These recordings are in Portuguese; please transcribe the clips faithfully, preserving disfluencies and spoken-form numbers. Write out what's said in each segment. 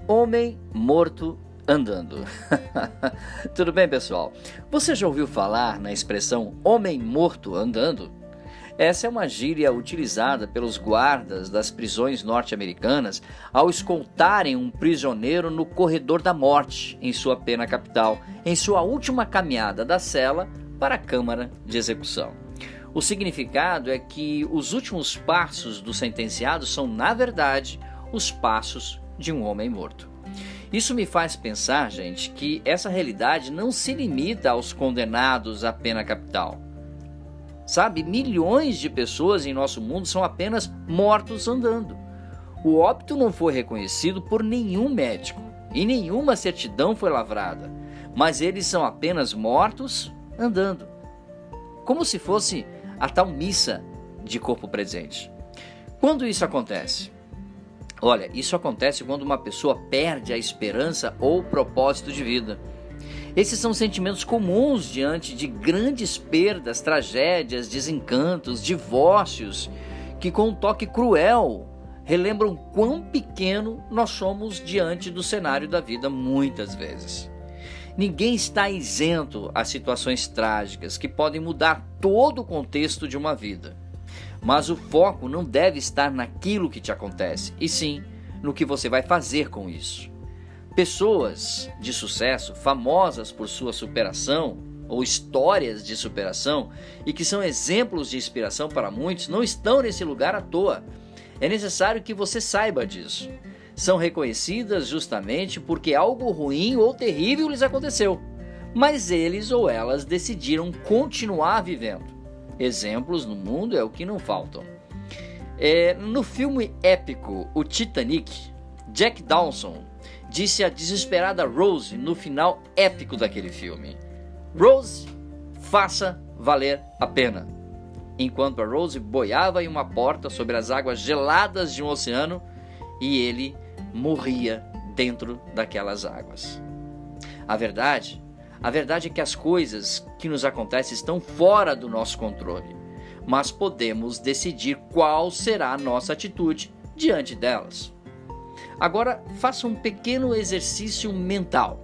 Homem morto andando. Tudo bem, pessoal? Você já ouviu falar na expressão homem morto andando? Essa é uma gíria utilizada pelos guardas das prisões norte-americanas ao escoltarem um prisioneiro no corredor da morte em sua pena capital, em sua última caminhada da cela para a câmara de execução. O significado é que os últimos passos do sentenciado são, na verdade, os passos de um homem morto. Isso me faz pensar, gente, que essa realidade não se limita aos condenados à pena capital. Sabe, milhões de pessoas em nosso mundo são apenas mortos andando. O óbito não foi reconhecido por nenhum médico e nenhuma certidão foi lavrada, mas eles são apenas mortos andando. Como se fosse a tal missa de corpo presente. Quando isso acontece? Olha, isso acontece quando uma pessoa perde a esperança ou o propósito de vida. Esses são sentimentos comuns diante de grandes perdas, tragédias, desencantos, divórcios, que com um toque cruel relembram quão pequeno nós somos diante do cenário da vida muitas vezes. Ninguém está isento a situações trágicas que podem mudar todo o contexto de uma vida. Mas o foco não deve estar naquilo que te acontece, e sim no que você vai fazer com isso. Pessoas de sucesso, famosas por sua superação, ou histórias de superação, e que são exemplos de inspiração para muitos, não estão nesse lugar à toa. É necessário que você saiba disso. São reconhecidas justamente porque algo ruim ou terrível lhes aconteceu, mas eles ou elas decidiram continuar vivendo. Exemplos no mundo é o que não faltam. É, no filme épico O Titanic, Jack Dawson disse à desesperada Rose no final épico daquele filme: Rose, faça valer a pena. Enquanto a Rose boiava em uma porta sobre as águas geladas de um oceano e ele morria dentro daquelas águas. A verdade, a verdade é que as coisas que nos acontecem estão fora do nosso controle, mas podemos decidir qual será a nossa atitude diante delas. Agora, faça um pequeno exercício mental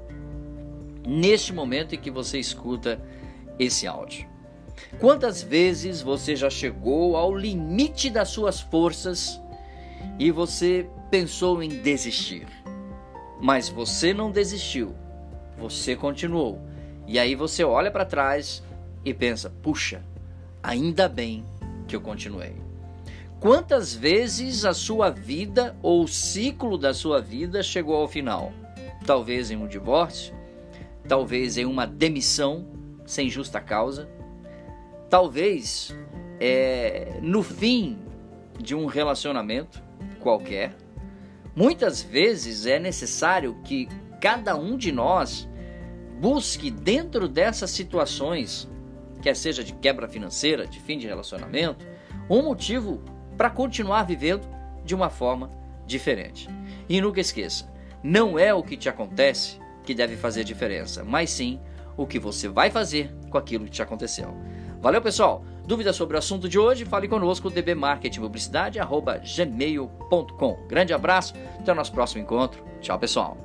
neste momento em que você escuta esse áudio. Quantas vezes você já chegou ao limite das suas forças e você pensou em desistir? Mas você não desistiu, você continuou. E aí você olha para trás e pensa: puxa, ainda bem que eu continuei. Quantas vezes a sua vida ou o ciclo da sua vida chegou ao final? Talvez em um divórcio, talvez em uma demissão sem justa causa, talvez é, no fim de um relacionamento qualquer. Muitas vezes é necessário que cada um de nós busque dentro dessas situações, quer seja de quebra financeira, de fim de relacionamento, um motivo para continuar vivendo de uma forma diferente. E nunca esqueça, não é o que te acontece que deve fazer diferença, mas sim o que você vai fazer com aquilo que te aconteceu. Valeu, pessoal! Dúvidas sobre o assunto de hoje? Fale conosco, d b marketing publicidade arroba gmail ponto com. Grande abraço, até o nosso próximo encontro. Tchau, pessoal!